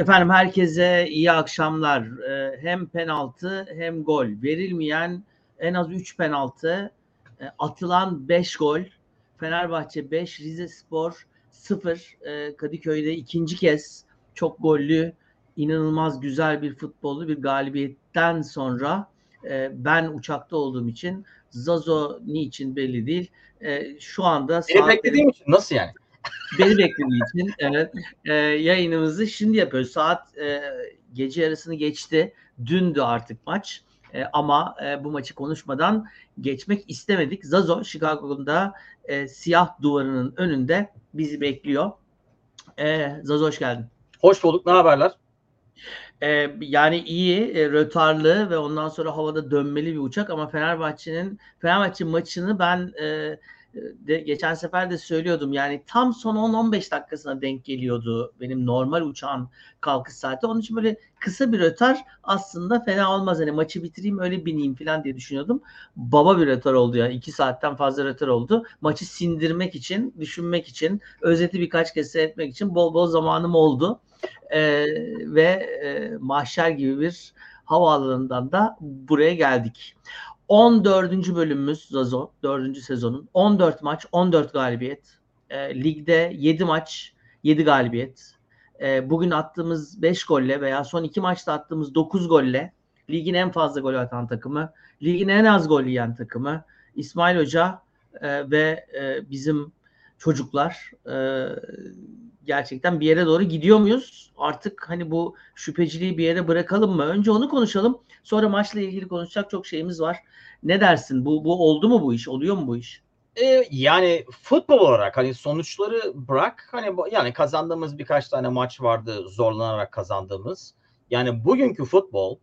Efendim herkese iyi akşamlar. Hem penaltı hem gol. Verilmeyen en az 3 penaltı, atılan 5 gol. Fenerbahçe 5, Rizespor 0. Kadıköy'de ikinci kez çok gollü, inanılmaz güzel bir futbollu bir galibiyetten sonra ben uçakta olduğum için Zazo niçin belli değil. Şu anda Beni beklediğim için nasıl yani? Beni beklediği için evet, yayınımızı şimdi yapıyoruz. Saat gece yarısını geçti. Dündü artık maç. Ama bu maçı konuşmadan geçmek istemedik. Zazo Chicago'da siyah duvarının önünde bizi bekliyor. Zazo hoş geldin. Hoş bulduk. Ne haberler? Yani iyi, rötarlı ve ondan sonra havada dönmeli bir uçak ama Fenerbahçe maçını ben geçen sefer de söylüyordum. Yani tam son 10-15 dakikasına denk geliyordu benim normal uçağın kalkış saati. Onun için böyle kısa bir rötar aslında fena olmaz. Hani maçı bitireyim öyle bineyim falan diye düşünüyordum. Baba bir rötar oldu yani. 2 saatten fazla rötar oldu. Maçı sindirmek için, düşünmek için, özeti birkaç kez seyretmek için bol bol zamanım oldu. Ve mahşer gibi bir havaalanından da buraya geldik. 14. bölümümüz Zazo, 4. sezonun. 14 maç, 14 galibiyet. Ligde 7 maç, 7 galibiyet. Bugün attığımız 5 golle veya son 2 maçta attığımız 9 golle ligin en fazla gol atan takımı, ligin en az gol yiyen takımı İsmail Hoca ve bizim çocuklar gerçekten bir yere doğru gidiyor muyuz? Artık hani bu şüpheciliği bir yere bırakalım mı? Önce onu konuşalım. Sonra maçla ilgili konuşacak çok şeyimiz var. Ne dersin? Bu oldu mu bu iş? Oluyor mu bu iş? Yani futbol olarak hani sonuçları bırak, hani yani kazandığımız birkaç tane maç vardı, zorlanarak kazandığımız. Yani bugünkü futbol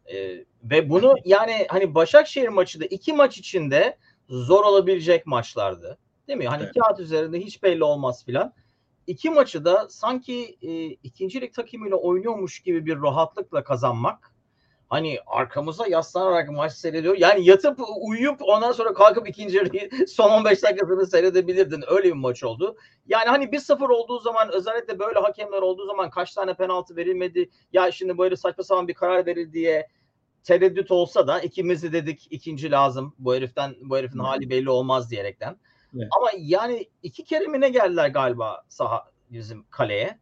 ve bunu yani hani Başakşehir maçı da 2 maç içinde zor olabilecek maçlardı. Değil mi? Hani evet. Kağıt üzerinde hiç belli olmaz filan. 2 maçı da sanki ikincilik takımıyla oynuyormuş gibi bir rahatlıkla kazanmak. Hani arkamıza yaslanarak maç seyrediyor. Yani yatıp uyuyup ondan sonra kalkıp ikinci son 15 dakikasını seyredebilirdin. Öyle bir maç oldu. Yani hani 1-0 olduğu zaman, özellikle böyle hakemler olduğu zaman kaç tane penaltı verilmedi, ya şimdi böyle saçma sapan bir karar verildi diye tereddüt olsa da ikimiz de dedik ikinci lazım. Bu herifin hali belli olmaz diyerekten. Evet. Ama yani 2 kere mi ne geldiler galiba bizim kaleye.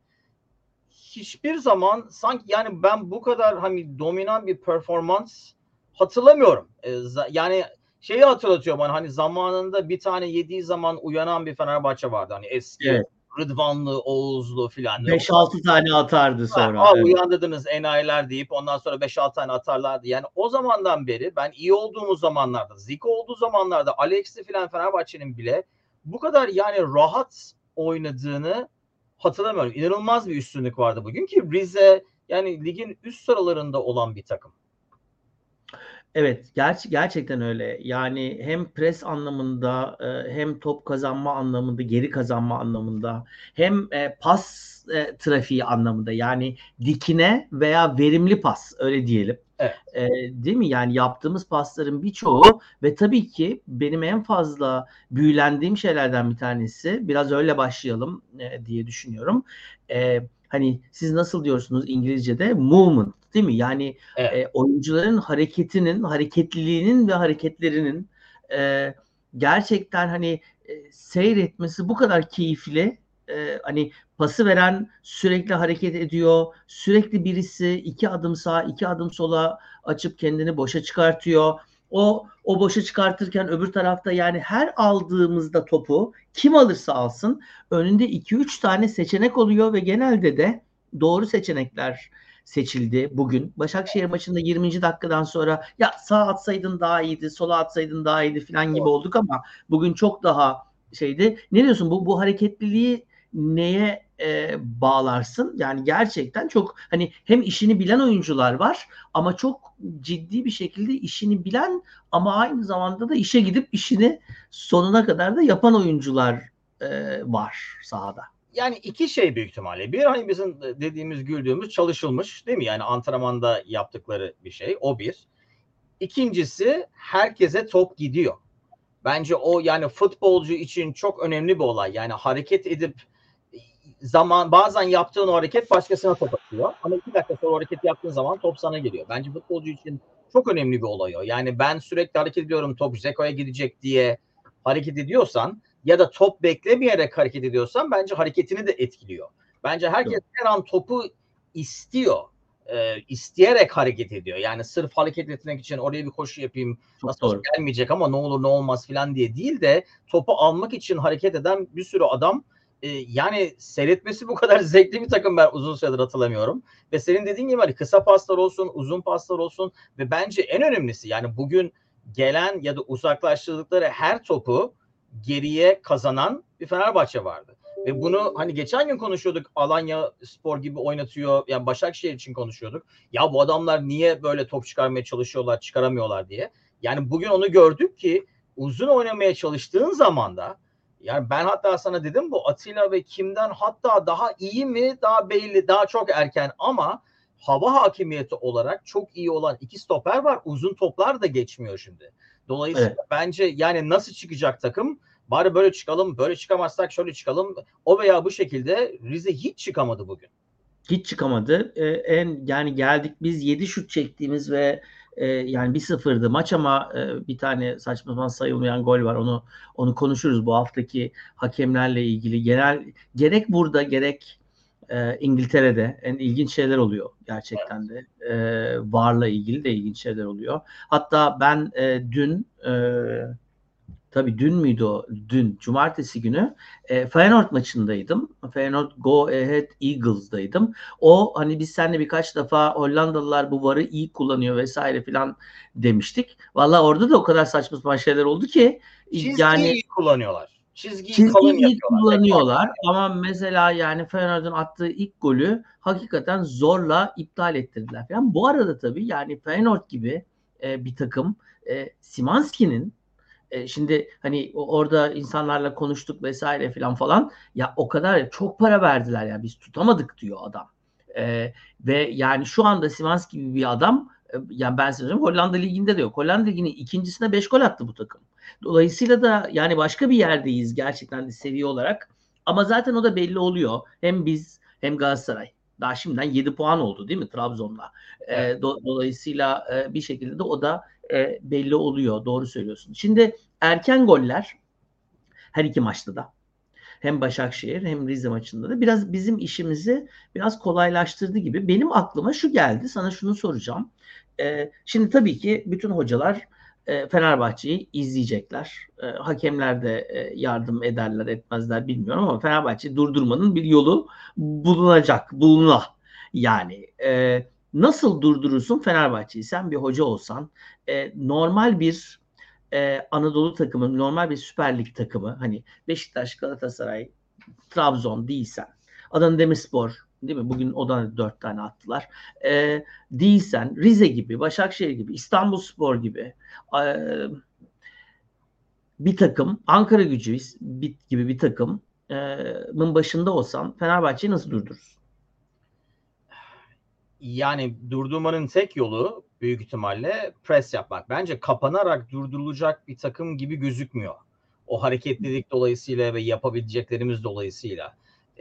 Hiçbir zaman sanki yani ben bu kadar hani dominant bir performans hatırlamıyorum. Yani şeyi hatırlatıyor bana, hani zamanında bir tane yediği zaman uyanan bir Fenerbahçe vardı. Hani eski, evet. Rıdvanlı, Oğuzlu filan. 5-6 tane atardı sonra. Evet. Uyandırdınız enayiler deyip ondan sonra 5-6 tane atarlardı. Yani o zamandan beri ben iyi olduğumuz zamanlarda, Zico olduğu zamanlarda, Alex'i filan Fenerbahçe'nin bile bu kadar yani rahat oynadığını hatırlamıyorum. İnanılmaz bir üstünlük vardı bugün ki Rize yani ligin üst sıralarında olan bir takım. Evet, gerçekten öyle. Yani hem pres anlamında, hem top kazanma anlamında, geri kazanma anlamında, hem pas trafiği anlamında, yani dikine veya verimli pas, öyle diyelim. Evet. Değil mi? Yani yaptığımız pasların birçoğu ve tabii ki benim en fazla büyülendiğim şeylerden bir tanesi, biraz öyle başlayalım diye düşünüyorum. Hani siz nasıl diyorsunuz İngilizce'de? Movement, değil mi? Yani evet. Oyuncuların hareketliliğinin ve hareketlerinin gerçekten hani seyretmesi bu kadar keyifli. Hani pası veren sürekli hareket ediyor. Sürekli birisi 2 adım sağa, 2 adım sola açıp kendini boşa çıkartıyor. O boşa çıkartırken öbür tarafta, yani her aldığımızda topu kim alırsa alsın önünde 2-3 tane seçenek oluyor ve genelde de doğru seçenekler seçildi bugün. Başakşehir maçında 20. dakikadan sonra ya sağa atsaydın daha iyiydi, sola atsaydın daha iyiydi falan gibi olduk ama bugün çok daha şeydi. Ne diyorsun, bu hareketliliği neye bağlarsın? Yani gerçekten çok hani hem işini bilen oyuncular var ama çok ciddi bir şekilde işini bilen ama aynı zamanda da işe gidip işini sonuna kadar da yapan oyuncular var sahada. Yani 2 şey büyük ihtimalle. Bir, hani bizim dediğimiz, güldüğümüz çalışılmış, değil mi? Yani antrenmanda yaptıkları bir şey. O bir. İkincisi, herkese top gidiyor. Bence o yani futbolcu için çok önemli bir olay. Yani hareket edip bazen yaptığın o hareket başkasına top atıyor. Ama 2 dakika sonra o hareket yaptığın zaman top sana geliyor. Bence futbolcu için çok önemli bir olay o. Yani ben sürekli hareket ediyorum, top Dzeko'ya gidecek diye hareket ediyorsan ya da top beklemeyerek hareket ediyorsan bence hareketini de etkiliyor. Bence herkes her an topu istiyor. İsteyerek hareket ediyor. Yani sırf hareket etmek için oraya bir koşu yapayım, nasıl olsa gelmeyecek ama ne olur ne olmaz falan diye değil de topu almak için hareket eden bir sürü adam, yani seyretmesi bu kadar zevkli bir takım ben uzun süredir hatırlamıyorum. Ve senin dediğin gibi hani kısa paslar olsun, uzun paslar olsun ve bence en önemlisi yani bugün gelen ya da uzaklaştırdıkları her topu geriye kazanan bir Fenerbahçe vardı. Ve bunu hani geçen gün konuşuyorduk, Alanya Spor gibi oynatıyor, yani Başakşehir için konuşuyorduk. Ya bu adamlar niye böyle top çıkarmaya çalışıyorlar, çıkaramıyorlar diye. Yani bugün onu gördük ki uzun oynamaya çalıştığın zaman da, yani ben hatta sana dedim bu Atilla ve Kim'den hatta daha iyi mi, daha belli, daha çok erken ama hava hakimiyeti olarak çok iyi olan 2 stoper var. Uzun toplar da geçmiyor şimdi. Dolayısıyla bence yani nasıl çıkacak takım? Bari böyle çıkalım, böyle çıkamazsak şöyle çıkalım. O veya bu şekilde Rize hiç çıkamadı bugün. Hiç çıkamadı. Yani geldik biz 7 şut çektiğimiz ve yani 1-0'dı maç ama bir tane saçma sapan sayılmayan gol var. Onu konuşuruz bu haftaki hakemlerle ilgili. Gerek burada gerek İngiltere'de en ilginç şeyler oluyor gerçekten de. VAR'la ilgili de ilginç şeyler oluyor. Hatta ben dün tabii dün müydü o? Dün cumartesi günü Feyenoord maçındaydım. Feyenoord Go Ahead Eagles'daydım. O hani biz seninle birkaç defa Hollandalılar bu VAR'ı iyi kullanıyor vesaire filan demiştik. Valla orada da o kadar saçma sapan şeyler oldu ki Çizgiyi iyi kullanıyorlar. Çizgiyi kalın iyi yapıyorlar. kullanıyorlar ama mesela yani Feyenoord'un attığı ilk golü hakikaten zorla iptal ettirdiler falan. Bu arada tabii yani Feyenoord gibi bir takım Szymański'nin şimdi hani orada insanlarla konuştuk vesaire falan ya o kadar çok para verdiler ya biz tutamadık diyor adam. Ve yani şu anda Szymański gibi bir adam yani ben size söyleyeyim Hollanda Ligi'nde de yok. Hollanda Ligi'nin ikincisine 5 gol attı bu takım. Dolayısıyla da yani başka bir yerdeyiz gerçekten de seviye olarak. Ama zaten o da belli oluyor. Hem biz hem Galatasaray. Daha şimdiden 7 puan oldu değil mi Trabzon'la? Evet. Dolayısıyla bir şekilde de o da belli oluyor. Doğru söylüyorsun. Şimdi erken goller her iki maçta da hem Başakşehir hem Rize maçında da biraz bizim işimizi biraz kolaylaştırdı gibi. Benim aklıma şu geldi. Sana şunu soracağım. Şimdi tabii ki bütün hocalar Fenerbahçe'yi izleyecekler. Hakemler de yardım ederler etmezler bilmiyorum ama Fenerbahçe'yi durdurmanın bir yolu bulunla. Yani nasıl durdurursun Fenerbahçe'yi? Sen bir hoca olsan normal bir Anadolu takımı, normal bir Süper Lig takımı hani Beşiktaş, Galatasaray, Trabzon değilsen, Adana Demirspor değil mi? Bugün o da 4 tane attılar. Değilsen Rize gibi, Başakşehir gibi, İstanbulspor gibi bir takım, Ankara Gücü gibi bir takımın başında olsan Fenerbahçe'yi nasıl durdurursun? Yani durdurmanın tek yolu büyük ihtimalle pres yapmak. Bence kapanarak durdurulacak bir takım gibi gözükmüyor. O hareketlilik dolayısıyla ve yapabileceklerimiz dolayısıyla.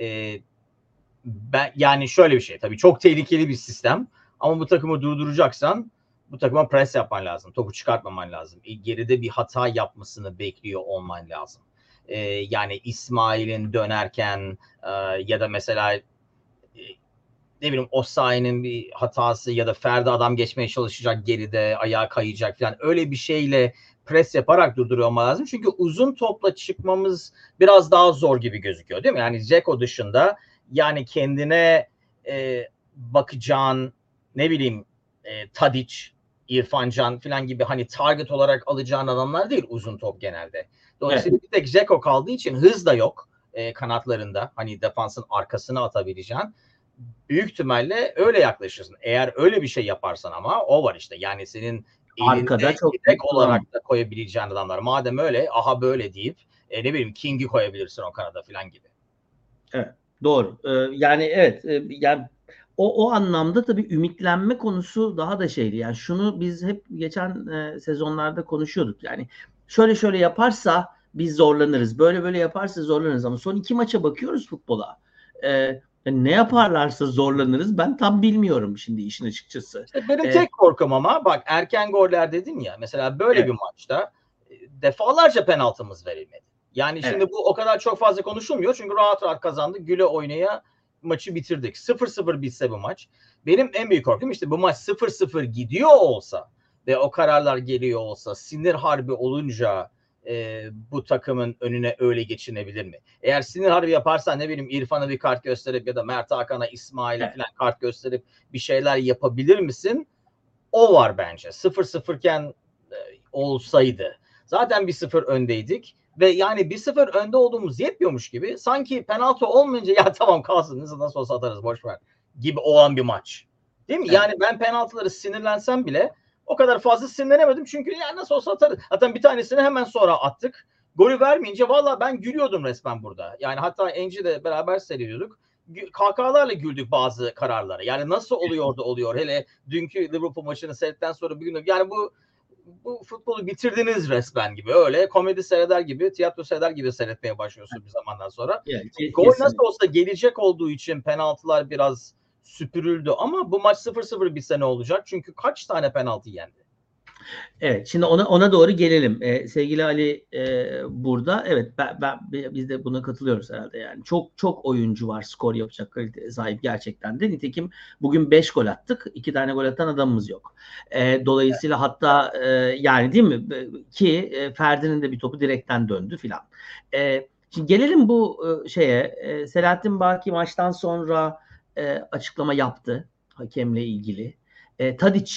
Ben yani şöyle bir şey tabii çok tehlikeli bir sistem ama bu takımı durduracaksan bu takıma pres yapman lazım. Topu çıkartmaman lazım. Geride bir hata yapmasını bekliyor olman lazım. Yani İsmail'in dönerken ya da mesela ne bileyim Osayi'nin bir hatası ya da Ferdi adam geçmeye çalışacak geride ayağa kayacak falan öyle bir şeyle pres yaparak durduruyor olman lazım. Çünkü uzun topla çıkmamız biraz daha zor gibi gözüküyor değil mi? Yani Dzeko dışında yani kendine bakacağın ne bileyim Tadic, İrfan Can falan gibi hani target olarak alacağın adamlar değil uzun top genelde. Dolayısıyla bir tek Dzeko kaldığı için hız da yok kanatlarında. Hani defansın arkasına atabileceğin büyük ihtimalle öyle yaklaşırsın. Eğer öyle bir şey yaparsan ama o var işte. Yani senin Arkada elinde çok yedek olarak da koyabileceğin adamlar. Madem öyle aha böyle deyip ne bileyim King'i koyabilirsin o kanada falan gibi. Evet, doğru. Yani evet, yani o anlamda tabii ümitlenme konusu daha da şeydi. Yani şunu biz hep geçen sezonlarda konuşuyorduk. Yani şöyle yaparsa biz zorlanırız. Böyle yaparsa zorlanırız ama son iki maça bakıyoruz futbola. Ne yaparlarsa zorlanırız. Ben tam bilmiyorum şimdi işin açıkçası. İşte benim tek korkum ama bak erken goller dedin ya. Mesela böyle bir maçta defalarca penaltımız verilmedi. Yani şimdi bu o kadar çok fazla konuşulmuyor. Çünkü rahat rahat kazandık. Güle oynaya maçı bitirdik. 0-0 bitse bu maç. Benim en büyük korkum işte bu maç 0-0 gidiyor olsa ve o kararlar geliyor olsa, sinir harbi olunca bu takımın önüne öyle geçinebilir mi? Eğer sinir harbi yaparsan ne bileyim İrfan'a bir kart gösterip ya da Mert Hakan'a, İsmail'e falan kart gösterip bir şeyler yapabilir misin? O var bence. 0-0 iken olsaydı. Zaten 1-0 öndeydik ve yani 1-0 önde olduğumuz yetmiyormuş gibi sanki penaltı olmayınca ya tamam kalsın nasıl olsa atarız boşver gibi olan bir maç. Değil mi? Evet. Yani ben penaltıları sinirlensem bile o kadar fazla sinirlenemedim çünkü yani nasıl olsa atarız. Zaten bir tanesini hemen sonra attık. Golü vermeyince valla ben gülüyordum resmen burada. Yani hatta Enci de beraber seyrediyorduk. Kahkahalarla güldük bazı kararlara. Yani nasıl oluyor da oluyor. Hele dünkü Liverpool maçını seyrettikten sonra bir gün yani bu futbolu bitirdiniz resmen gibi. Öyle komedi seyreder gibi, tiyatro seyreder gibi seyretmeye başlıyorsun bir zamandan sonra. Yani, gol nasıl olsa gelecek olduğu için penaltılar biraz süpürüldü ama bu maç 0-0 bitse ne olacak? Çünkü kaç tane penaltı yendi? Evet, şimdi ona doğru gelelim. Sevgili Ali burada. Evet, biz de buna katılıyoruz herhalde yani. Çok oyuncu var skor yapacak kaliteye sahip gerçekten de. Nitekim bugün 5 gol attık. 2 tane gol atan adamımız yok. Dolayısıyla hatta yani değil mi? Ki Ferdi'nin de bir topu direkten döndü filan. Şimdi gelelim bu şeye. Selahattin Baki maçtan sonra açıklama yaptı hakemle ilgili. Tadic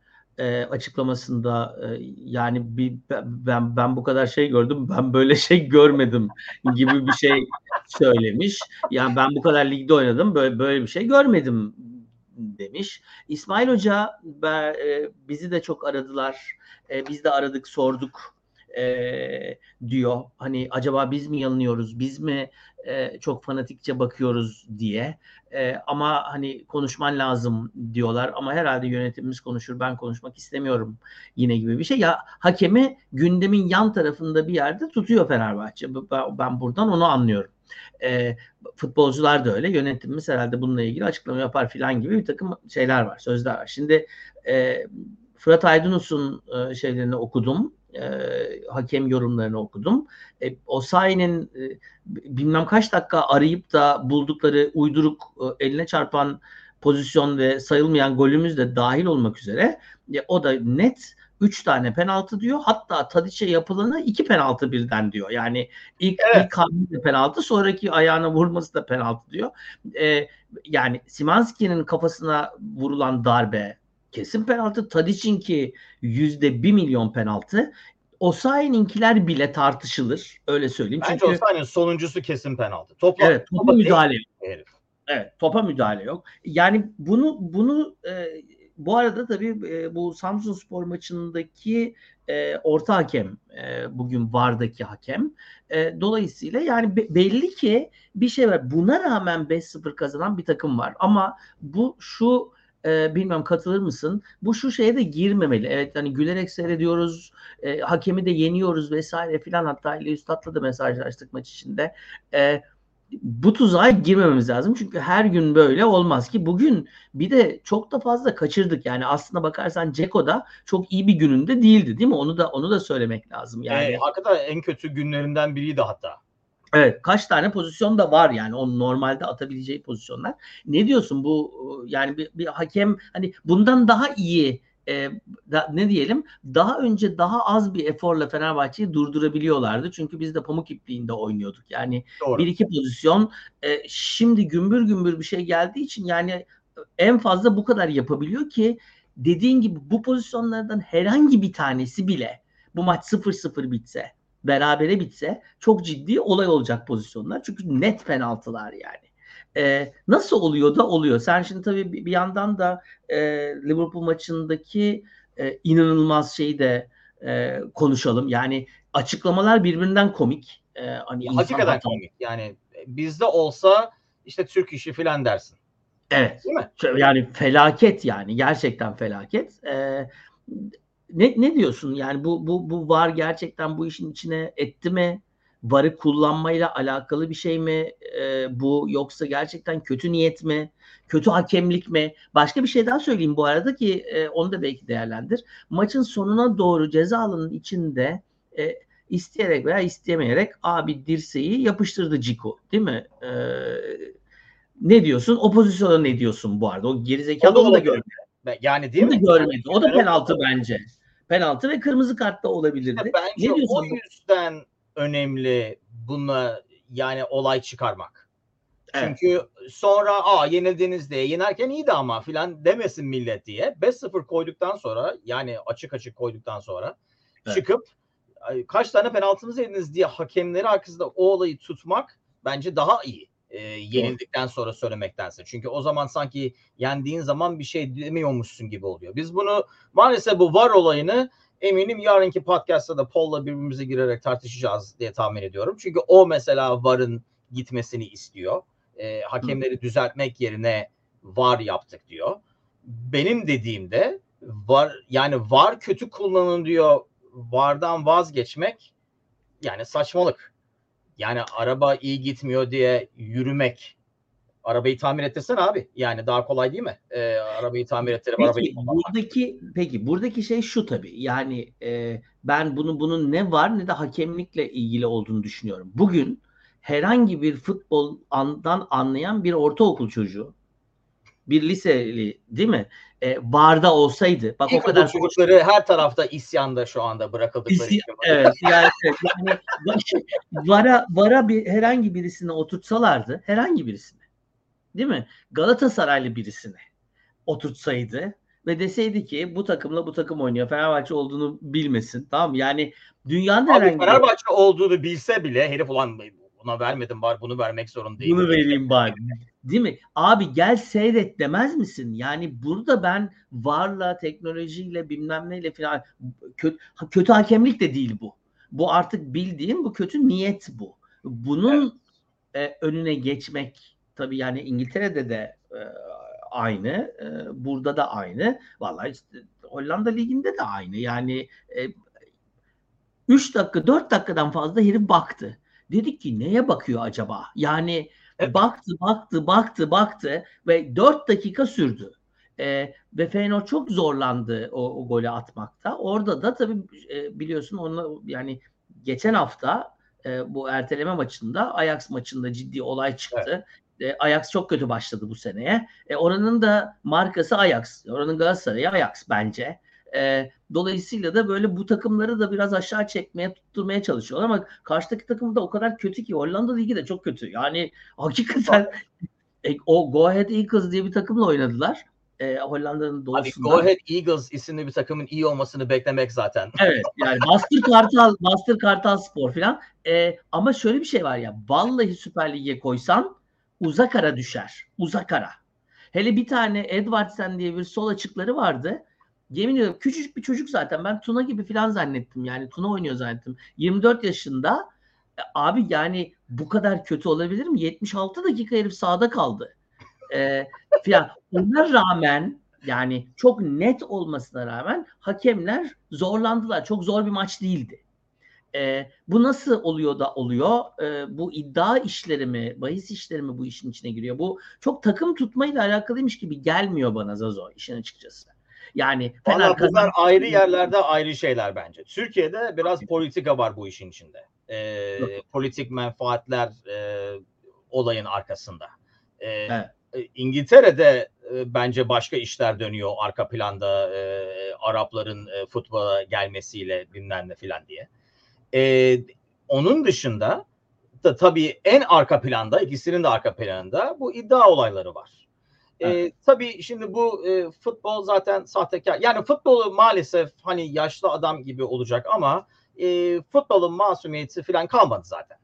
açıklamasında yani ben bu kadar şey gördüm, ben böyle şey görmedim gibi bir şey söylemiş. Yani ben bu kadar ligde oynadım, böyle bir şey görmedim demiş. İsmail Hoca bizi de çok aradılar. Biz de aradık, sorduk diyor. Hani acaba biz mi yanılıyoruz? Biz mi çok fanatikçe bakıyoruz diye. Ama hani konuşman lazım diyorlar ama herhalde yönetimimiz konuşur, ben konuşmak istemiyorum yine gibi bir şey. Ya hakemi gündemin yan tarafında bir yerde tutuyor Fenerbahçe. Ben buradan onu anlıyorum. Futbolcular da öyle. Yönetimimiz herhalde bununla ilgili açıklama yapar filan gibi bir takım şeyler var, sözler var. Şimdi Fırat Aydınus'un şeylerini okudum. Hakem yorumlarını okudum. Osayi'nin bilmem kaç dakika arayıp da buldukları uyduruk eline çarpan pozisyon ve sayılmayan golümüz de dahil olmak üzere o da net 3 tane penaltı diyor. Hatta Tadic'e yapılanı 2 penaltı birden diyor. Yani ilk hamle penaltı, sonraki ayağına vurması da penaltı diyor. Yani Szymański'nin kafasına vurulan darbe kesin penaltı. Tadic'inki %1.000.000 penaltı. Osayi'ninkiler bile tartışılır. Öyle söyleyeyim. Bence çünkü Osayi'nin sonuncusu kesin penaltı. Topa müdahale yok. Evet, topa müdahale yok. Yani bunu bu arada tabii bu Samsunspor maçındaki orta hakem bugün VAR'daki hakem. Dolayısıyla yani belli ki bir şey var. Buna rağmen 5-0 kazanan bir takım var. Ama bu bilmem katılır mısın? Bu şu şeye de girmemeli. Evet hani gülerek seyrediyoruz. Hakemi de yeniyoruz vesaire filan. Hatta Ali Üstad'la da mesajlaştık maç içinde. Bu tuzağa girmememiz lazım. Çünkü her gün böyle olmaz ki. Bugün bir de çok da fazla kaçırdık. Yani aslına bakarsan Dzeko da çok iyi bir gününde değildi değil mi? Onu da söylemek lazım. Yani hakikaten en kötü günlerinden biriydi hatta. Evet, kaç tane pozisyon da var yani onun normalde atabileceği pozisyonlar. Ne diyorsun bu yani bir hakem hani bundan daha iyi ne diyelim daha önce daha az bir eforla Fenerbahçe'yi durdurabiliyorlardı. Çünkü biz de pamuk ipliğinde oynuyorduk. Yani Doğru. Bir iki pozisyon şimdi gümbür gümbür bir şey geldiği için yani en fazla bu kadar yapabiliyor ki dediğin gibi bu pozisyonlardan herhangi bir tanesi bile bu maç 0-0 bitse berabere bitse çok ciddi olay olacak pozisyonlar. Çünkü net penaltılar yani. Nasıl oluyor da oluyor. Sen şimdi tabii bir yandan da Liverpool maçındaki inanılmaz şeyi de konuşalım. Yani açıklamalar birbirinden komik. Hani hakikaten komik. Yani bizde olsa işte Türk işi filan dersin. Evet. Değil mi? Yani felaket yani. Gerçekten felaket. Ne diyorsun? Yani bu VAR gerçekten bu işin içine etti mi? VAR'ı kullanmayla alakalı bir şey mi bu, yoksa gerçekten kötü niyet mi? Kötü hakemlik mi? Başka bir şey daha söyleyeyim bu arada ki onu da belki değerlendir. Maçın sonuna doğru ceza alanının içinde isteyerek veya istemeyerek abi dirseği yapıştırdı Ciku, değil mi? Ne diyorsun? O pozisyona ne diyorsun bu arada? O O da gerizekalı onu da olabilir. görmedi. Yani değil Onu da mi? görmedi. O da Yani, penaltı bence. Penaltı ve kırmızı kart da İşte olabilirdi. bence Ne o diyorsun bu? yüzden önemli buna yani olay çıkarmak. Evet. Çünkü sonra yenildiniz diye yenerken iyiydi ama filan demesin millet diye 5-0 koyduktan sonra yani açık koyduktan sonra çıkıp kaç tane penaltımız yediniz diye hakemleri arkasında o olayı tutmak bence daha iyi. Yenildikten sonra söylemektense. Çünkü o zaman sanki yendiğin zaman bir şey demiyormuşsun gibi oluyor. Biz bunu maalesef bu VAR olayını eminim yarınki podcast'ta da Paul'la birbirimize girerek tartışacağız diye tahmin ediyorum. Çünkü o mesela VAR'ın gitmesini istiyor. Hakemleri düzeltmek yerine VAR yaptık diyor. Benim dediğimde VAR kötü kullanın diyor. VAR'dan vazgeçmek yani saçmalık. Yani araba iyi gitmiyor diye yürümek. Arabayı tamir ettirsen abi. Yani daha kolay değil mi? Arabayı tamir ettirip arabayı kullanmak. Buradaki şey şu tabii. Yani ben bunun ne var ne de hakemlikle ilgili olduğunu düşünüyorum. Bugün herhangi bir futboldan anlayan bir ortaokul çocuğu, bir liseli, değil mi? VAR'da olsaydı, bak o İlkokul kadar çocukları her tarafta isyanda şu anda bırakıldıkları için. evet, yani VAR'a herhangi birisini oturtsalardı, herhangi birisini, değil mi? Galatasaraylı birisini oturtsaydı ve deseydi ki bu takımla bu takım oynuyor, Fenerbahçe olduğunu bilmesin, tamam mı? Yani dünyanın Abi herhangi bir Fenerbahçe olduğunu bilse bile herif ulan buna vermedim var bunu vermek zorundayım. bunu vereyim bari. Değil mi? Abi gel seyret demez misin? Yani burada ben VAR'la, teknolojiyle, bilmem neyle falan kötü hakemlik de değil bu. Bu artık bildiğin bu kötü niyet bu. Bunun önüne geçmek tabii, yani İngiltere'de de aynı, burada da aynı. Vallahi işte Hollanda liginde de aynı. Yani 3 dakika 4 dakikadan fazla herif baktı. Dedik ki neye bakıyor acaba? Yani baktı ve 4 dakika sürdü. Ve Feyenoord çok zorlandı o golü atmakta. Orada da tabii biliyorsun onunla, yani geçen hafta bu erteleme maçında, Ajax maçında ciddi olay çıktı. Evet. Ajax çok kötü başladı bu seneye. Oranın da markası Ajax. Oranın Galatasaray'ı Ajax bence. Dolayısıyla da böyle bu takımları da biraz aşağı çekmeye, tutturmaya çalışıyorlar ama karşıdaki takım da o kadar kötü ki, Hollanda Ligi de çok kötü. Yani hakikaten o Go Ahead Eagles diye bir takımla oynadılar. Hollanda'nın doğusundan. Go Ahead Eagles isimli bir takımın iyi olmasını beklemek zaten. Evet, yani Bastır Kartal Spor falan. Ama şöyle bir şey var ya, vallahi Süper Lig'e koysan uzak ara düşer. Uzak ara. Hele bir tane Edvardsen diye bir sol açıkları vardı. Yemin ediyorum küçücük bir çocuk zaten. Ben Tuna gibi falan zannettim. Yani Tuna oynuyor zannettim. 24 yaşında. Abi yani bu kadar kötü olabilir mi? 76 dakika herif sahada kaldı. Falan. Ona rağmen, yani çok net olmasına rağmen hakemler zorlandılar. Çok zor bir maç değildi. Bu nasıl oluyor da oluyor? Bu iddia işleri mi, bahis işleri mi bu işin içine giriyor? Bu çok takım tutmayla alakalıymış gibi gelmiyor bana Zazo, işin açıkçası. Yani Valla Fener bunlar kazandı. ayrı yerlerde ayrı şeyler bence. Türkiye'de biraz politika var bu işin içinde. Politik menfaatler olayın arkasında. Evet. İngiltere'de bence başka işler dönüyor arka planda Arapların futbola gelmesiyle bilmem ne filan diye. Onun dışında da tabii en arka planda, ikisinin de arka planında bu iddia olayları var. Tabii şimdi bu futbol zaten sahtekar. Yani futbolu maalesef hani yaşlı adam gibi olacak ama futbolun masumiyeti falan kalmadı zaten.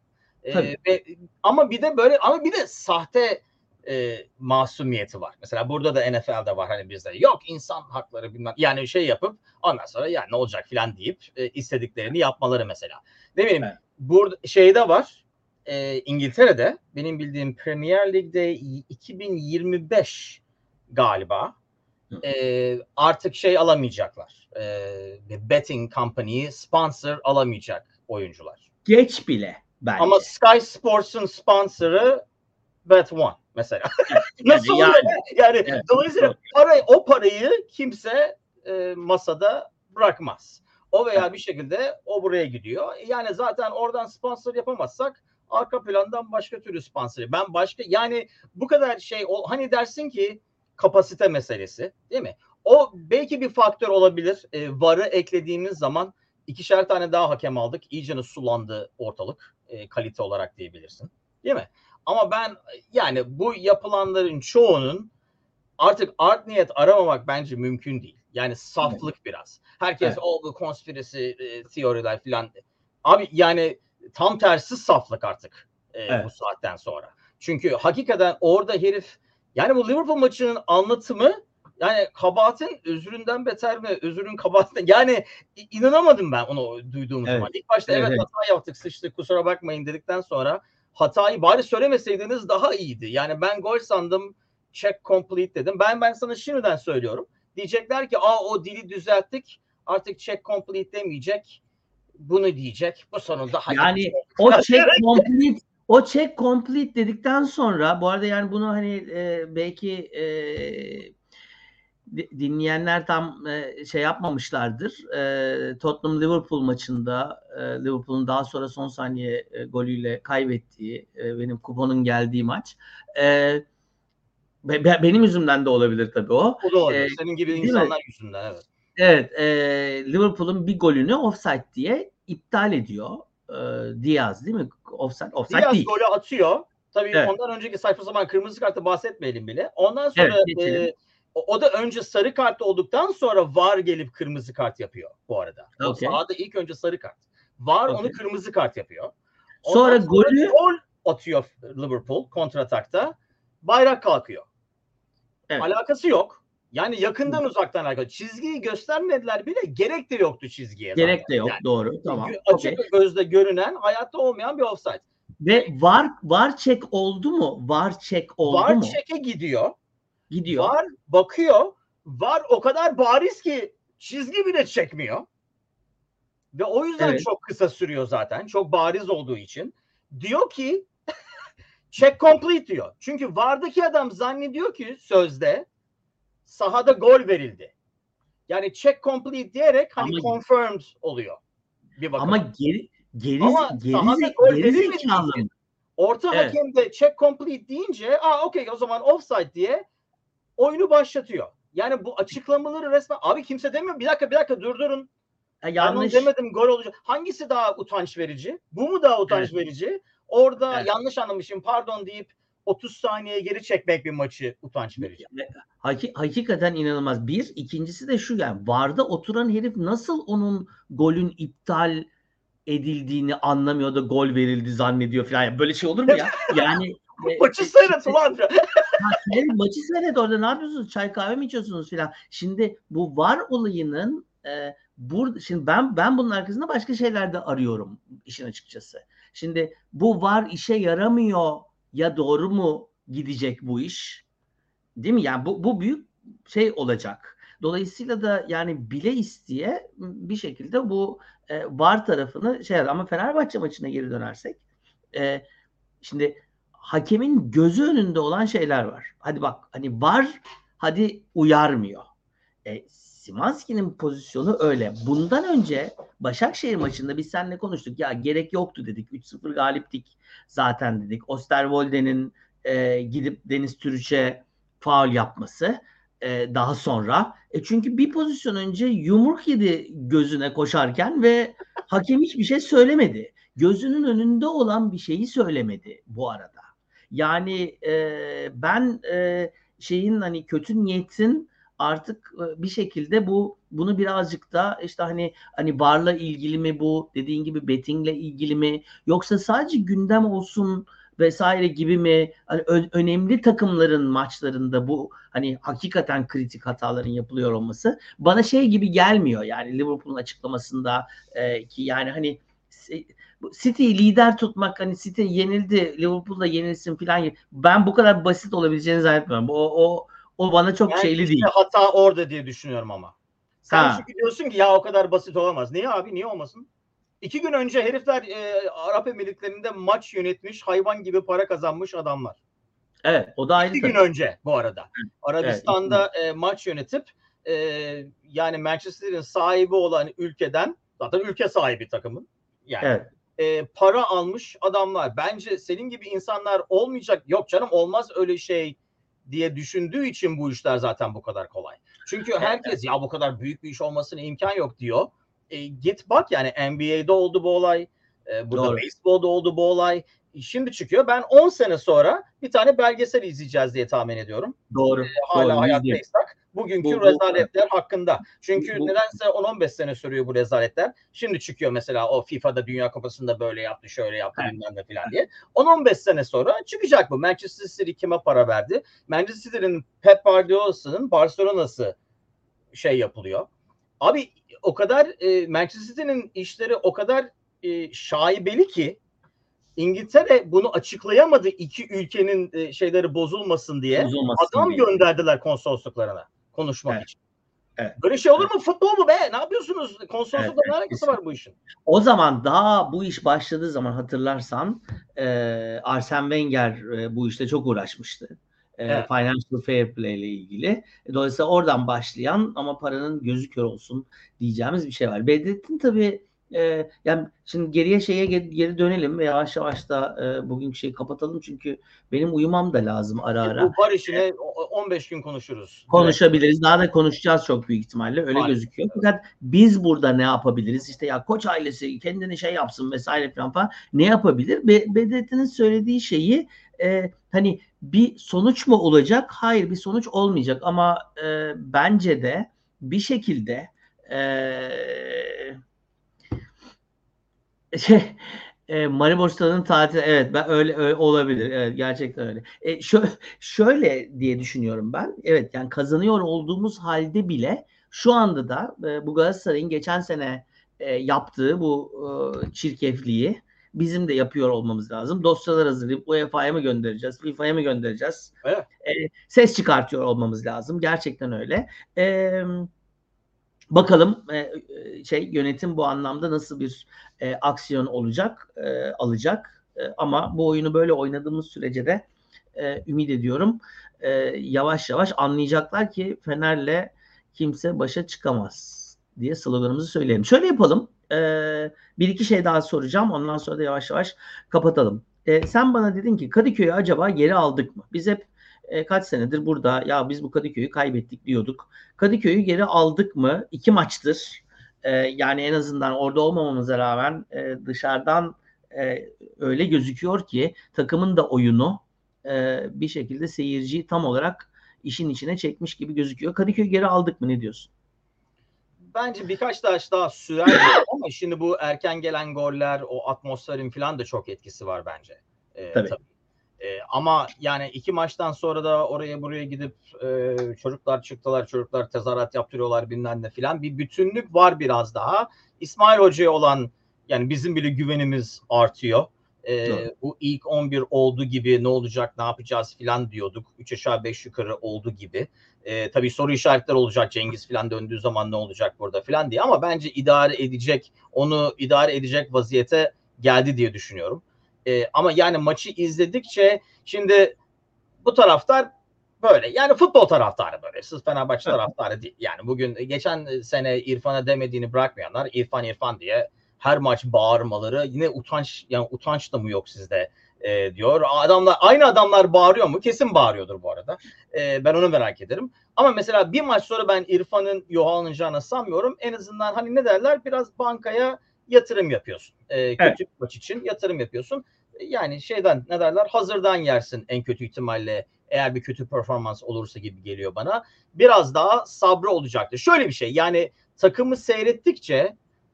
Ama bir de sahte masumiyeti var. Mesela burada da NFL'de var hani bizde. Yok insan hakları bilmem. Yani şey yapıp ondan sonra ya ne olacak filan deyip istediklerini yapmaları mesela. Ne bileyim burada şeyde var. İngiltere'de benim bildiğim Premier Lig'de 2025 galiba artık şey alamayacaklar. Betting company sponsor alamayacak oyuncular. Geç bile. bence. Ama Sky Sports'un sponsoru Bet1 mesela. Nasıl Yani, olur? Yani evet, dolayısıyla o parayı kimse masada bırakmaz. O veya bir şekilde o buraya gidiyor. Yani zaten oradan sponsor yapamazsak arka plandan başka türlü sponsor. Ben başka yani bu kadar şey hani dersin ki kapasite meselesi değil mi? O belki bir faktör olabilir. VAR'ı eklediğimiz zaman 2'şer tane daha hakem aldık. İyicene sulandı ortalık. Kalite olarak diyebilirsin. Değil mi? Ama ben yani bu yapılanların çoğunun artık art niyet aramamak bence mümkün değil. Yani saflık biraz. Herkes bu konspirasi teoriler falan. Abi yani tam tersi saflık artık bu saatten sonra. Çünkü hakikaten orada herif yani bu Liverpool maçının anlatımı yani kabahatin özründen beter mi? Özrün kabahatin yani inanamadım ben onu duyduğum zaman. İlk başta evet hata yaptık, sıçtık, kusura bakmayın dedikten sonra hatayı bari söylemeseydiniz daha iyiydi. Yani ben gol sandım, check complete dedim. Ben sana şimdiden söylüyorum. Diyecekler ki o dili düzelttik. Artık check complete demeyecek. Bunu diyecek. Bu sonunda yani o check complete dedikten sonra bu arada yani bunu hani belki dinleyenler tam şey yapmamışlardır. Tottenham Liverpool maçında Liverpool'un daha sonra son saniye golüyle kaybettiği benim kuponun geldiği maç. Benim yüzümden de olabilir tabii o. O da olabilir. Senin gibi insanlar yüzünden evet. Evet. Liverpool'un bir golünü offside diye iptal ediyor. Diaz değil mi? Offside Diaz değil. golü atıyor. Tabii ondan önceki saçma sapan kırmızı kartı bahsetmeyelim bile. Ondan sonra o da önce sarı kart olduktan sonra VAR gelip kırmızı kart yapıyor bu arada. O sahada ilk önce sarı kart. VAR onu kırmızı kart yapıyor. Sonra golü gol atıyor Liverpool kontratakta. Bayrak kalkıyor. Alakası yok. Yani yakından uzaktan alakalı. Çizgiyi göstermediler bile, gerek de yoktu çizgiye. Gerek de yok. Yani. Doğru. Tamam. Açık gözle görünen, hayatta olmayan bir offside. Ve VAR check oldu mu? VAR check oldu mu? VAR check'e gidiyor. VAR bakıyor. VAR o kadar bariz ki çizgi bile çekmiyor. Ve o yüzden çok kısa sürüyor zaten. Çok bariz olduğu için. Diyor ki check complete diyor. Çünkü VAR'daki adam zannediyor ki sözde sahada gol verildi. Yani check complete diyerek hani confirmed oluyor. Bir bakıma. Ama geri zekalı. Orta hakem de check complete deyince okey o zaman offside diye oyunu başlatıyor. Yani bu açıklamaları resmen abi kimse demiyor. Bir dakika durdurun. Yanlış demedim, gol olacak. Hangisi daha utanç verici? Bu mu daha utanç verici? Orada yanlış anlamışım pardon deyip 30 saniye geri çekmek bir maçı utanç verici. Hakikaten inanılmaz. İkincisi de şu yani VAR'da oturan herif nasıl onun golün iptal edildiğini anlamıyor da gol verildi zannediyor falan. Yani böyle şey olur mu ya? Yani maçı seyret ulan. Maçı seyret orada ne yapıyorsunuz? Çay kahve mi içiyorsunuz falan. Şimdi bu VAR olayının şimdi ben bunun arkasında başka şeyler de arıyorum işin açıkçası. Şimdi bu VAR işe yaramıyor ya doğru mu gidecek bu iş? Değil mi? Yani bu büyük şey olacak. Dolayısıyla da yani bile isteye bir şekilde bu VAR tarafını ama Fenerbahçe maçına geri dönersek şimdi hakemin gözü önünde olan şeyler var. Hadi bak hani VAR hadi uyarmıyor. Szymański'nin pozisyonu öyle. Bundan önce Başakşehir maçında biz seninle konuştuk. Ya gerek yoktu dedik. 3-0 galiptik zaten dedik. Osterwolde'nin gidip Deniz Türüç'e faul yapması daha sonra. Çünkü bir pozisyon önce yumruk yedi gözüne koşarken ve hakem hiçbir şey söylemedi. Gözünün önünde olan bir şeyi söylemedi bu arada. Yani ben şeyin hani kötü niyetin artık bir şekilde bunu birazcık da işte hani VAR'la ilgili mi bu dediğin gibi bettingle ilgili mi yoksa sadece gündem olsun vesaire gibi mi hani önemli takımların maçlarında bu hani hakikaten kritik hataların yapılıyor olması bana şey gibi gelmiyor yani Liverpool'un açıklamasında ki yani hani City'yi lider tutmak hani City yenildi Liverpool'da yenilsin falan ben bu kadar basit olabileceğini zannetmiyorum. O bana çok şeyli işte değil. Hata orada diye düşünüyorum ama. Sen çünkü diyorsun ki ya o kadar basit olamaz. Niye abi? Niye olmasın? 2 gün önce herifler Arap Emirlikleri'nde maç yönetmiş, hayvan gibi para kazanmış adamlar. Evet, o da ayrı 2 gün tabii. önce bu arada. Arabistan'da maç yönetip yani Manchester'in sahibi olan ülkeden, zaten ülke sahibi takımın yani Evet. Para almış adamlar. Bence senin gibi insanlar olmayacak. Yok canım, olmaz öyle şey diye düşündüğü için bu işler zaten bu kadar kolay. Çünkü herkes ya bu kadar büyük bir iş olmasına imkan yok diyor. Git bak, yani NBA'de oldu bu olay. Burada Doğru. beyzbolda oldu bu olay. Şimdi çıkıyor. Ben 10 sene sonra bir tane belgesel izleyeceğiz diye tahmin ediyorum. Doğru. Hala Doğru. %100. hayattaysak bugünkü Bu rezaletler hakkında. Çünkü bu nedense 10-15 sene sürüyor bu rezaletler. Şimdi çıkıyor mesela o FIFA'da Dünya Kupası'nda böyle yaptı, şöyle yaptı, evet. bilmem ne falan diye. 10-15 sene sonra çıkacak bu. Manchester City kime para verdi? Manchester City'nin Pep Guardiola'sının Barcelona'sı şey yapılıyor. Abi o kadar Manchester City'nin işleri o kadar şaibeli ki İngiltere bunu açıklayamadı, iki ülkenin şeyleri bozulmasın diye. Bozulmasın Adam diye. gönderdiler konsolosluklarına konuşmak Evet. için. Evet. Böyle şey olur Evet. mu? Futbol mu be? Ne yapıyorsunuz? Evet. Konsoloslukla ne Evet. alakası var bu işin? O zaman daha bu iş başladığı zaman hatırlarsan Arsene Wenger bu işte çok uğraşmıştı. Evet. Financial Fair Play ile ilgili. Dolayısıyla oradan başlayan ama paranın gözü kör olsun diyeceğimiz bir şey var. Bedrettin tabii yani şimdi geriye geri dönelim ve yavaş yavaş da bugünkü şeyi kapatalım çünkü benim uyumam da lazım ara ara. Bu bar işine 15 gün konuşuruz. Konuşabiliriz. Daha da konuşacağız çok büyük ihtimalle. Öyle gözüküyor. Fakat biz burada ne yapabiliriz? İşte ya Koç ailesi kendini şey yapsın vesaire falan. Ne yapabilir? Bedrettin'in söylediği şeyi hani bir sonuç mu olacak? Hayır, bir sonuç olmayacak ama bence de bir şekilde şey Maribor Stadı'nın tatili evet ben öyle olabilir. Evet gerçekten öyle. Şöyle diye düşünüyorum ben. Evet yani kazanıyor olduğumuz halde bile şu anda da bu Galatasaray'ın geçen sene yaptığı bu çirkefliği bizim de yapıyor olmamız lazım. Dosyalar hazırlayıp UEFA'ya mı göndereceğiz, FIFA'ya mı göndereceğiz? Evet. Ses çıkartıyor olmamız lazım. Gerçekten öyle. Bakalım yönetim bu anlamda nasıl bir aksiyon alacak. Ama bu oyunu böyle oynadığımız sürece de ümit ediyorum yavaş yavaş anlayacaklar ki Fener'le kimse başa çıkamaz diye sloganımızı söyleyelim. Şöyle yapalım. Bir iki şey daha soracağım. Ondan sonra da yavaş yavaş kapatalım. Sen bana dedin ki Kadıköy'ü acaba geri aldık mı? Biz hep kaç senedir burada ya biz bu Kadıköy'ü kaybettik diyorduk. Kadıköy'ü geri aldık mı? 2 maçtır. Yani en azından orada olmamamıza rağmen dışarıdan öyle gözüküyor ki takımın da oyunu bir şekilde seyirciyi tam olarak işin içine çekmiş gibi gözüküyor. Kadıköy'ü geri aldık mı? Ne diyorsun? Bence birkaç taş daha sürer ama şimdi bu erken gelen goller, o atmosferin falan da çok etkisi var bence. Tabii. Tabii. Ama yani 2 maçtan sonra da oraya buraya gidip çocuklar çıktılar, çocuklar tezahürat yaptırıyorlar bilmem ne filan. Bir bütünlük var biraz daha. İsmail Hoca'ya olan yani bizim bile güvenimiz artıyor. Bu ilk 11 oldu gibi ne olacak, ne yapacağız filan diyorduk. 3 aşağı 5 yukarı oldu gibi. Tabii soru işaretler olacak, Cengiz filan döndüğü zaman ne olacak burada filan diye, ama bence onu idare edecek vaziyete geldi diye düşünüyorum. Ama yani maçı izledikçe şimdi bu taraftar böyle. Yani futbol taraftarı böyle. Sırf Fenerbahçe taraftarı değil. Yani bugün geçen sene İrfan'a demediğini bırakmayanlar İrfan diye her maç bağırmaları, yine utanç da mı yok sizde diyor. Aynı adamlar bağırıyor mu? Kesin bağırıyordur bu arada. Ben onu merak ederim. Ama mesela bir maç sonra ben İrfan'ın alınacağını sanmıyorum. En azından hani ne derler, biraz bankaya yatırım yapıyorsun. Kötü bir maç için yatırım yapıyorsun. Yani ne derler, hazırdan yersin en kötü ihtimalle eğer bir kötü performans olursa gibi geliyor bana. Biraz daha sabrı olacaktır. Şöyle bir şey, yani takımı seyrettikçe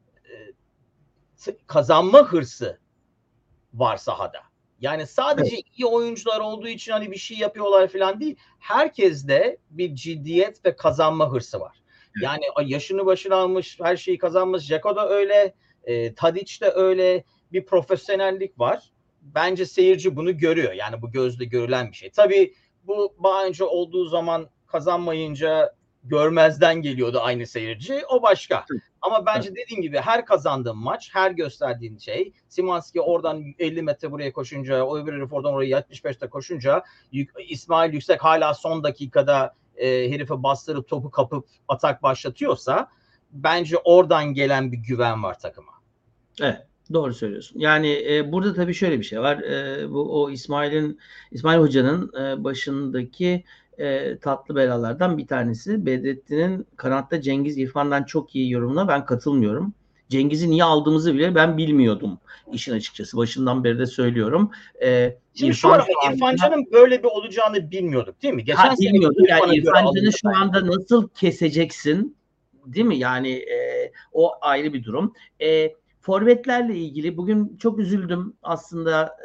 kazanma hırsı var sahada. Yani sadece iyi oyuncular olduğu için hani bir şey yapıyorlar falan değil. Herkeste bir ciddiyet ve kazanma hırsı var. Yani yaşını başına almış, her şeyi kazanmış. Dzeko da öyle, Tadic de öyle, bir profesyonellik var. Bence seyirci bunu görüyor. Yani bu gözle görülen bir şey. Tabii bu daha önce olduğu zaman kazanmayınca görmezden geliyordu aynı seyirci. O başka. Ama bence Evet. dediğim gibi her kazandığın maç, her gösterdiğin şey, Szymański oradan 50 metre buraya koşunca, o öbür herif oradan oraya 75'te koşunca, İsmail Yüksek hala son dakikada herife bastırıp topu kapıp atak başlatıyorsa bence oradan gelen bir güven var takıma. Evet, doğru söylüyorsun. Yani burada tabii şöyle bir şey var. Bu İsmail Hoca'nın başındaki tatlı belalardan bir tanesi. Bedrettin'in kanatta Cengiz İrfan'dan çok iyi yorumuna ben katılmıyorum. Cengiz'i niye aldığımızı bile ben bilmiyordum işin açıkçası. Başından beri de söylüyorum. Şimdi şu var ama şu İrfan anda Can'ın böyle bir olacağını bilmiyorduk değil mi? Geçen sene bilmiyorduk. Yani İrfan'a göre İrfan Can'ı alındı şu bence. anda nasıl keseceksin? Değil mi? Yani o ayrı bir durum. Forvetlerle ilgili bugün çok üzüldüm aslında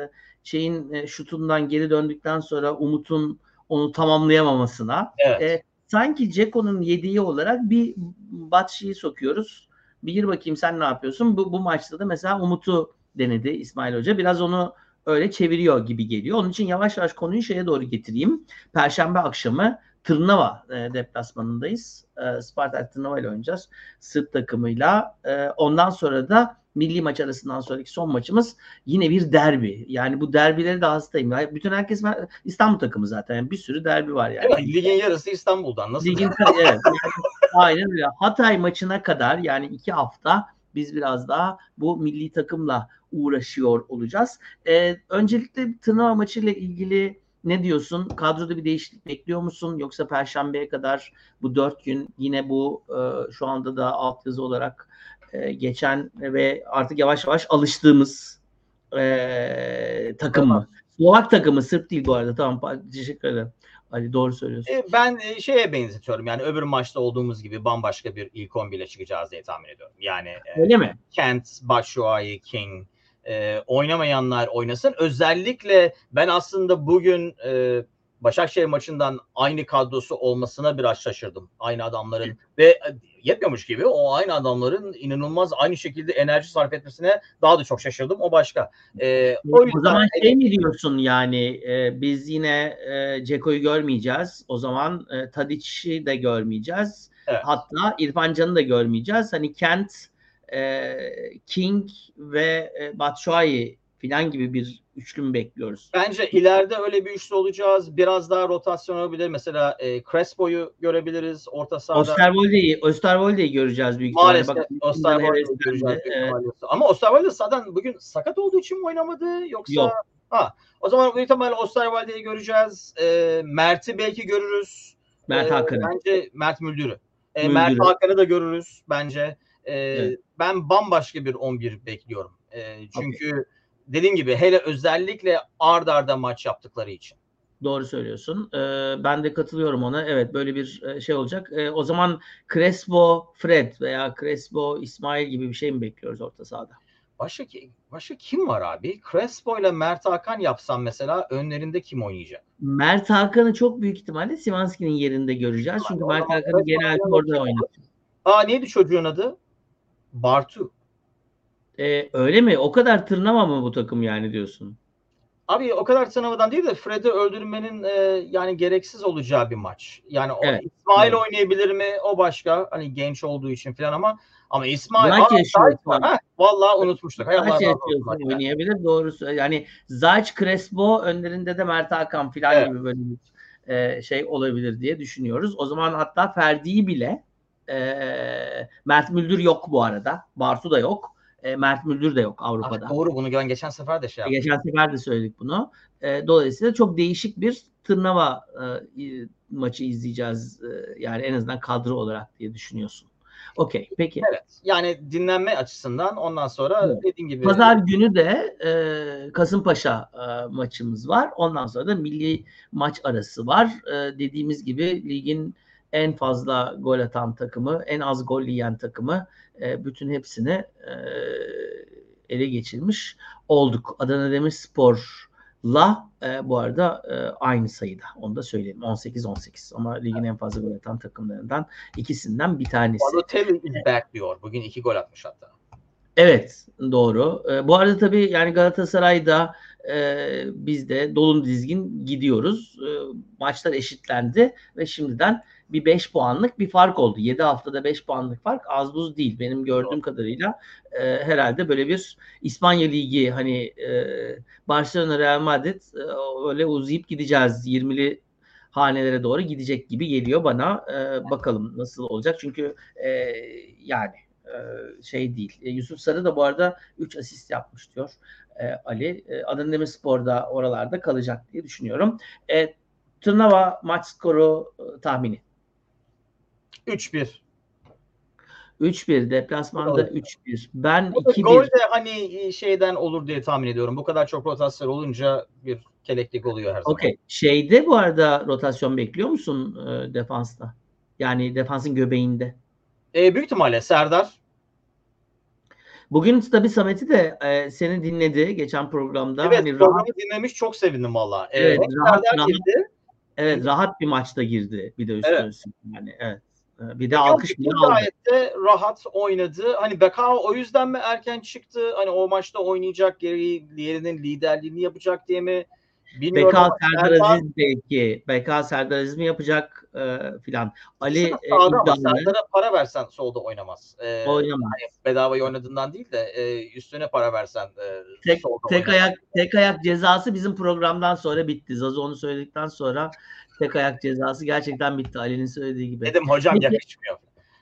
şutundan geri döndükten sonra Umut'un onu tamamlayamamasına. Evet. Sanki Ceko'nun yediği olarak bir Batshuayi'yi sokuyoruz. Bir gir bakayım sen ne yapıyorsun? Bu maçta da mesela Umut'u denedi İsmail Hoca. Biraz onu öyle çeviriyor gibi geliyor. Onun için yavaş yavaş konuyu şeye doğru getireyim. Perşembe akşamı Tırnava deplasmanındayız. Spartak Tırnava ile oynayacağız. Sırp takımıyla. Ondan sonra da milli maç arasından sonraki son maçımız yine bir derbi. Yani bu derbileri de hastayım. Bütün herkes İstanbul takımı zaten. Yani bir sürü derbi var yani. Evet, ligin yarısı İstanbul'dan. Nasıl? Evet. Yani, aynen öyle. Hatay maçına kadar yani 2 hafta biz biraz daha bu milli takımla uğraşıyor olacağız. Öncelikle Tırnava maçıyla ilgili ne diyorsun? Kadroda bir değişiklik bekliyor musun? Yoksa Perşembe'ye kadar bu 4 gün yine bu şu anda da altyazı olarak geçen ve artık yavaş yavaş alıştığımız takım mı? Slovak takımı, Sırp değil bu arada. Tamam, teşekkür ederim. Ali doğru söylüyorsun. Ben şeye benzetiyorum. Yani öbür maçta olduğumuz gibi bambaşka bir ilk 11 ile çıkacağız diye tahmin ediyorum. Yani Öyle mi? Kent, Batshuayi, King oynamayanlar oynasın. Özellikle ben aslında bugün Başakşehir maçından aynı kadrosu olmasına biraz şaşırdım. Aynı adamların ve yetmiyormuş gibi o aynı adamların inanılmaz aynı şekilde enerji sarf etmesine daha da çok şaşırdım. O başka. O yüzden, o zaman mi diyorsun yani biz yine Ceko'yu görmeyeceğiz. O zaman Tadic'i de görmeyeceğiz. evet. Hatta İrfan Can'ı da görmeyeceğiz. Hani Kent, King ve Batshuayi falan gibi bir üçlü mü bekliyoruz? Bence ileride öyle bir üçlü olacağız. Biraz daha rotasyon olabilir. Mesela Crespo'yu görebiliriz orta sahada. Osterwolde'yi göreceğiz büyük ihtimalle. Maalesef Bak, Osterwolde'yi göreceğiz büyük ihtimalle. Ama Osterwolde zaten bugün sakat olduğu için mi oynamadı yoksa? Yok. O zaman büyük ihtimalle Osterwolde'yi göreceğiz. Mert'i belki görürüz. Mert Hakan'ı. Bence Mert Müldür'ü. Mert Hakan'ı da görürüz bence. Evet. Ben bambaşka bir 11 bekliyorum. Çünkü dediğim gibi hele özellikle ard arda maç yaptıkları için. Doğru söylüyorsun. Ben de katılıyorum ona. Evet, böyle bir şey olacak. O zaman Crespo, Fred veya Crespo, İsmail gibi bir şey mi bekliyoruz orta sahada? Başka kim var abi? Crespo ile Mert Hakan yapsam mesela önlerinde kim oynayacak? Mert Hakan'ı çok büyük ihtimalle Szymański'nin yerinde göreceğiz. Çünkü Mert Hakan'ı genelde orada oynatıyor. Neydi çocuğun adı? Bartu. Öyle mi? O kadar tırnama mı bu takım yani diyorsun? Abi o kadar sınavdan değil de Fred'i öldürmenin yani gereksiz olacağı bir maç. Yani Evet. İsmail oynayabilir mi? O başka. Hani genç olduğu için falan ama İsmail Zayç yaşıyor. Vallahi unutmuştuk. Zayç yaşıyorsun, oynayabilir. Doğrusu. Yani Zayç, Crespo önlerinde de Mert Hakan falan gibi böyle bir şey olabilir diye düşünüyoruz. O zaman hatta Ferdi'yi bile Mert Müldür yok bu arada. Bartu da yok. Mert Müldür de yok Avrupa'da. Doğru, bunu geçen sefer de şey yaptık. Geçen sefer de söyledik bunu. Dolayısıyla çok değişik bir Tırnava maçı izleyeceğiz. Yani en azından kadro olarak diye düşünüyorsun. Okey, peki. Evet. Yani dinlenme açısından ondan sonra dediğim gibi. Pazar günü de Kasımpaşa maçımız var. Ondan sonra da milli maç arası var. Dediğimiz gibi ligin en fazla gol atan takımı, en az gol yiyen takımı bütün hepsini ele geçirmiş olduk. Adana Demirspor'la bu arada aynı sayıda. Onu da söyleyeyim. 18-18. Ama ligin en fazla gol atan takımlarından ikisinden bir tanesi. Balotelli is back diyor. Bugün 2 gol atmış hatta. Evet, doğru. Bu arada tabii yani Galatasaray'da biz de dolu dizgin gidiyoruz. Maçlar eşitlendi ve şimdiden bir 5 puanlık bir fark oldu. 7 haftada 5 puanlık fark az buz değil. Benim gördüğüm kadarıyla herhalde böyle bir İspanya Ligi hani Barcelona Real Madrid öyle uzayıp gideceğiz. 20'li hanelere doğru gidecek gibi geliyor bana. Bakalım nasıl olacak. Çünkü yani şey değil. Yusuf Sarı da bu arada 3 asist yapmış diyor Ali. Adana Demirspor'da oralarda kalacak diye düşünüyorum. Turnava maç skoru tahmini. 3-1. 3-1 deplasmanda 3-1. Ben Bu da 2-1. gol de hani şeyden olur diye tahmin ediyorum. Bu kadar çok rotasyon olunca bir keleklik oluyor her zaman. Okey. Şeyde bu arada rotasyon bekliyor musun defansta? Yani defansın göbeğinde. Büyük ihtimalle Serdar. Bugün tabii Samet'i de seni dinledi geçen programda. Evet, hani programı rahat, dinlemiş, çok sevindim valla. evet, rahat, Serdar rahat, girdi. evet, rahat bir maçta girdi bir de üstüne Evet. üstlük. Yani evet. Bir de Yok, alkış bile aldı. gayet de rahat oynadı. Hani Bekao o yüzden mi erken çıktı? Hani o maçta oynayacak, yerinin liderliğini yapacak diye mi? Bilmiyorum BK ama Serdar Aziz belki. BK Serdar Aziz mi yapacak filan. Ali sağda ama iddialı Serdar'a para versen solda oynamaz. oynamaz. Hani bedavayı oynadığından değil de üstüne para versen solda Tek oynamaz. ayak cezası bizim programdan sonra bitti. Zazo onu söyledikten sonra tek ayak cezası gerçekten bitti. Ali'nin söylediği gibi. Dedim hocam Peki, yakışmıyor.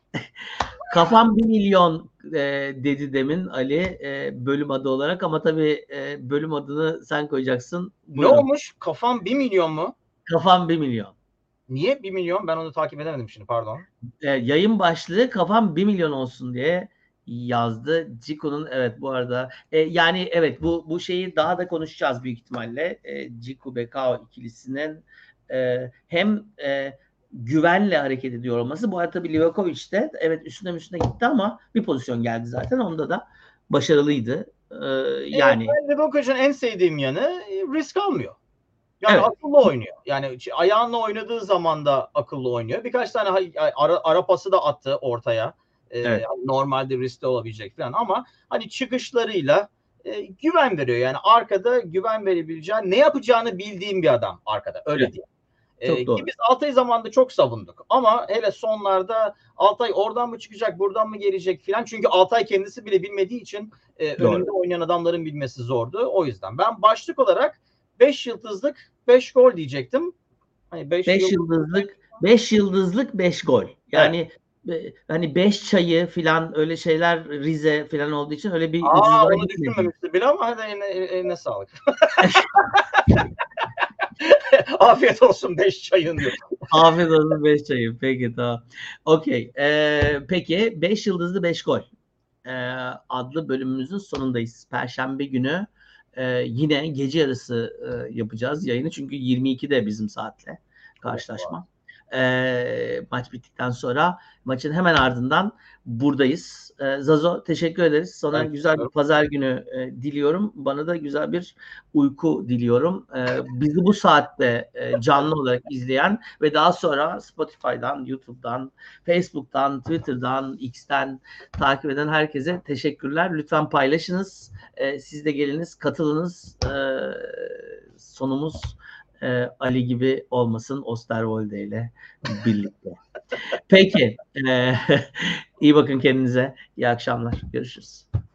kafam 1 milyon dedi demin Ali bölüm adı olarak ama tabii bölüm adını sen koyacaksın. Ne Buyurun. olmuş? Kafam 1 milyon mu? Kafam 1 milyon. Niye 1 milyon? Ben onu takip edemedim şimdi, pardon. Yayın başlığı kafam 1 milyon olsun diye yazdı. Cicu'nun evet bu arada yani evet bu şeyi daha da konuşacağız büyük ihtimalle. Cicu Bekao ikilisinin hem güvenle hareket ediyor olması. Bu arada tabii Livakovic de evet üstüne gitti ama bir pozisyon geldi zaten. Onda da başarılıydı. Yani Ben Livakovic'in en sevdiğim yanı risk almıyor. Yani evet. akıllı oynuyor. Yani ayağınla oynadığı zaman da akıllı oynuyor. Birkaç tane ara pası da attı ortaya. Evet. Normalde riskli olabilecek falan ama hani çıkışlarıyla güven veriyor. Yani arkada güven verebileceğin, ne yapacağını bildiğim bir adam arkada. Öyle Evet. diye. Çok doğru. Ki biz Altay zamanında çok savunduk. Ama hele sonlarda Altay oradan mı çıkacak, buradan mı gelecek filan. Çünkü Altay kendisi bile bilmediği için önünde oynayan adamların bilmesi zordu. O yüzden ben başlık olarak 5 yıldızlık 5 gol diyecektim. Hani 5 yıldızlık 5 gol. Yani hani 5 çayı filan öyle şeyler Rize filan olduğu için öyle bir ucuzluğa onu gitmedi. düşünmemiştim bile ama hadi eline sağlık. Afiyet olsun 5 çayın diyor. Afiyet olsun 5 çayı. Peki tamam. Okey. Peki 5 yıldızlı 5 gol adlı bölümümüzün sonundayız. Perşembe günü yine gece yarısı yapacağız yayını. Çünkü 22'de bizim saatle karşılaşma. Maç bittikten sonra maçın hemen ardından buradayız. Zazo teşekkür ederiz. Sana güzel bir pazar günü diliyorum. Bana da güzel bir uyku diliyorum. Bizi bu saatte canlı olarak izleyen ve daha sonra Spotify'dan, YouTube'dan, Facebook'tan, Twitter'dan, X'ten takip eden herkese teşekkürler. Lütfen paylaşınız. Siz de geliniz, katılınız. Sonumuz Ali gibi olmasın Osterwolde ile birlikte. Peki. İyi bakın kendinize. İyi akşamlar. Görüşürüz.